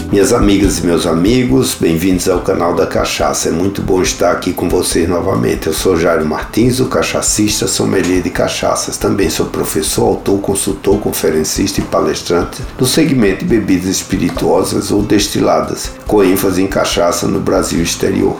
Minhas amigas e meus amigos, bem-vindos ao canal da Cachaça. É muito bom estar aqui com vocês novamente. Eu sou Jairo Martins, o cachacista, sommelier de cachaças. Também sou professor, autor, consultor, conferencista e palestrante no segmento de bebidas espirituosas ou destiladas, com ênfase em cachaça no Brasil e exterior.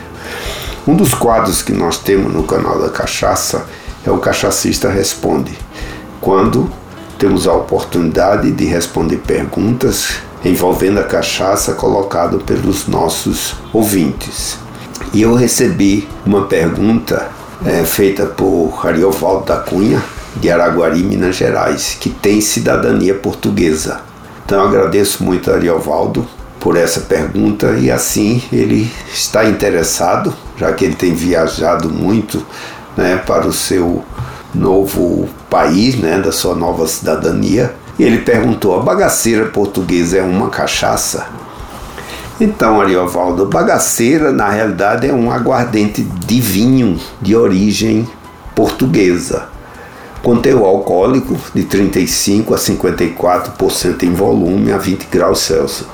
Um dos quadros que nós temos no canal da Cachaça é o Cachacista Responde, quando temos a oportunidade de responder perguntas envolvendo a cachaça colocado pelos nossos ouvintes. E eu recebi uma pergunta feita por Ariovaldo da Cunha, de Araguari, Minas Gerais, que tem cidadania portuguesa. Então eu agradeço muito a Ariovaldo por essa pergunta, e assim ele está interessado, já que ele tem viajado muito para o seu novo país, da sua nova cidadania. E ele perguntou: a bagaceira portuguesa é uma cachaça? Então, Ariovaldo, bagaceira na realidade é um aguardente de vinho de origem portuguesa, com teor alcoólico de 35% a 54% em volume a 20 graus Celsius.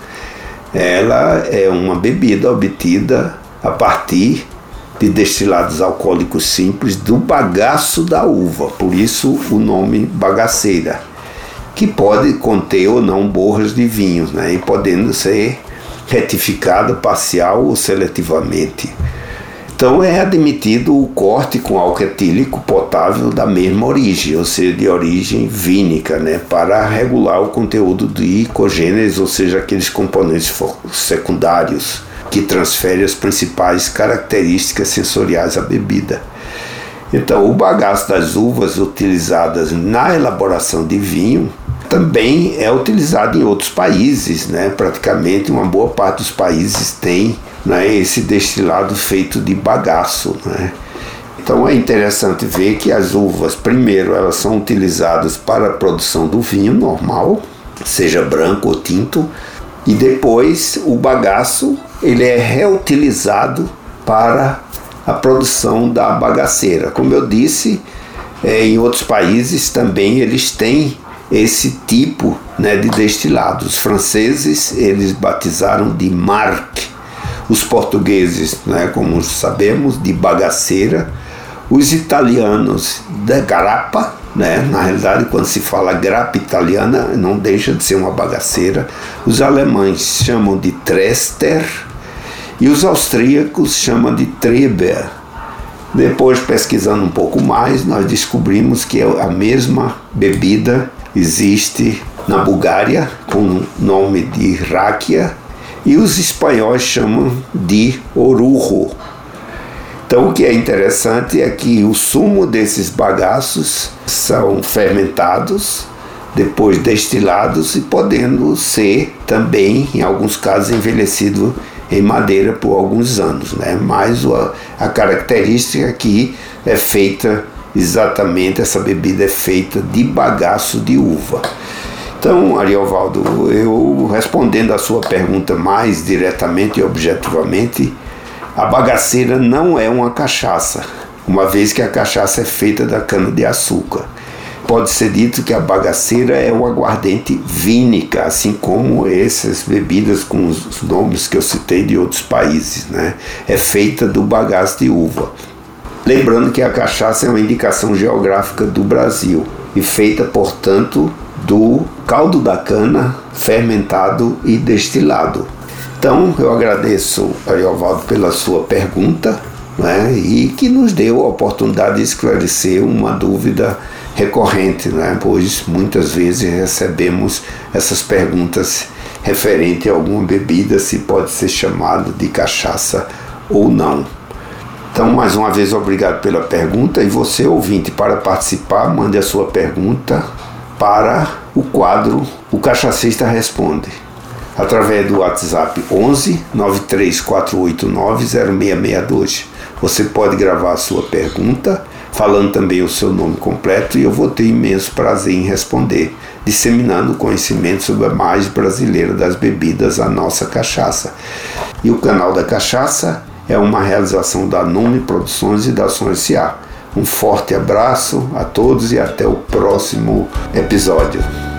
Ela é uma bebida obtida a partir de destilados alcoólicos simples do bagaço da uva, por isso o nome bagaceira, que pode conter ou não borras de vinhos, e podendo ser retificada parcial ou seletivamente. Então é admitido o corte com álcool etílico potável da mesma origem, ou seja, de origem vínica, para regular o conteúdo de cogêneres, ou seja, aqueles componentes secundários que transferem as principais características sensoriais à bebida. Então, o bagaço das uvas utilizadas na elaboração de vinho também é utilizado em outros países, praticamente uma boa parte dos países tem esse destilado feito de bagaço. Então é interessante ver que as uvas, primeiro, elas são utilizadas para a produção do vinho normal, seja branco ou tinto, e depois o bagaço ele é reutilizado para a produção da bagaceira. Como eu disse, em outros países também eles têm esse tipo de destilado. Os franceses eles batizaram de marc, os portugueses, como sabemos, de bagaceira, os italianos da grappa, na realidade quando se fala grappa italiana não deixa de ser uma bagaceira, os alemães chamam de Trester e os austríacos chamam de Treber. Depois, pesquisando um pouco mais, nós descobrimos que a mesma bebida existe na Bulgária com o nome de Ráquia, e os espanhóis chamam de Orujo. Então o que é interessante é que o sumo desses bagaços são fermentados, depois destilados e podendo ser também, em alguns casos, envelhecido em madeira por alguns anos, Mas a característica aqui é feita exatamente, essa bebida é feita de bagaço de uva. Então, Ariovaldo, eu respondendo a sua pergunta mais diretamente e objetivamente, a bagaceira não é uma cachaça, uma vez que a cachaça é feita da cana-de-açúcar. Pode ser dito que a bagaceira é uma aguardente vínica, assim como essas bebidas com os nomes que eu citei de outros países, É feita do bagaço de uva. Lembrando que a cachaça é uma indicação geográfica do Brasil e feita, portanto, do caldo da cana fermentado e destilado. Então eu agradeço, Ariovaldo, pela sua pergunta, e que nos deu a oportunidade de esclarecer uma dúvida recorrente, pois muitas vezes recebemos essas perguntas referente a alguma bebida, se pode ser chamada de cachaça ou não. Então, mais uma vez, obrigado pela pergunta, e você, ouvinte, para participar, mande a sua pergunta para o quadro O Cachacista Responde, através do WhatsApp 11 93489 0662. Você pode gravar a sua pergunta, falando também o seu nome completo, e eu vou ter imenso prazer em responder, disseminando o conhecimento sobre a mais brasileira das bebidas, a nossa cachaça. E o canal da Cachaça é uma realização da Nume Produções e da Som S.A. Um forte abraço a todos e até o próximo episódio.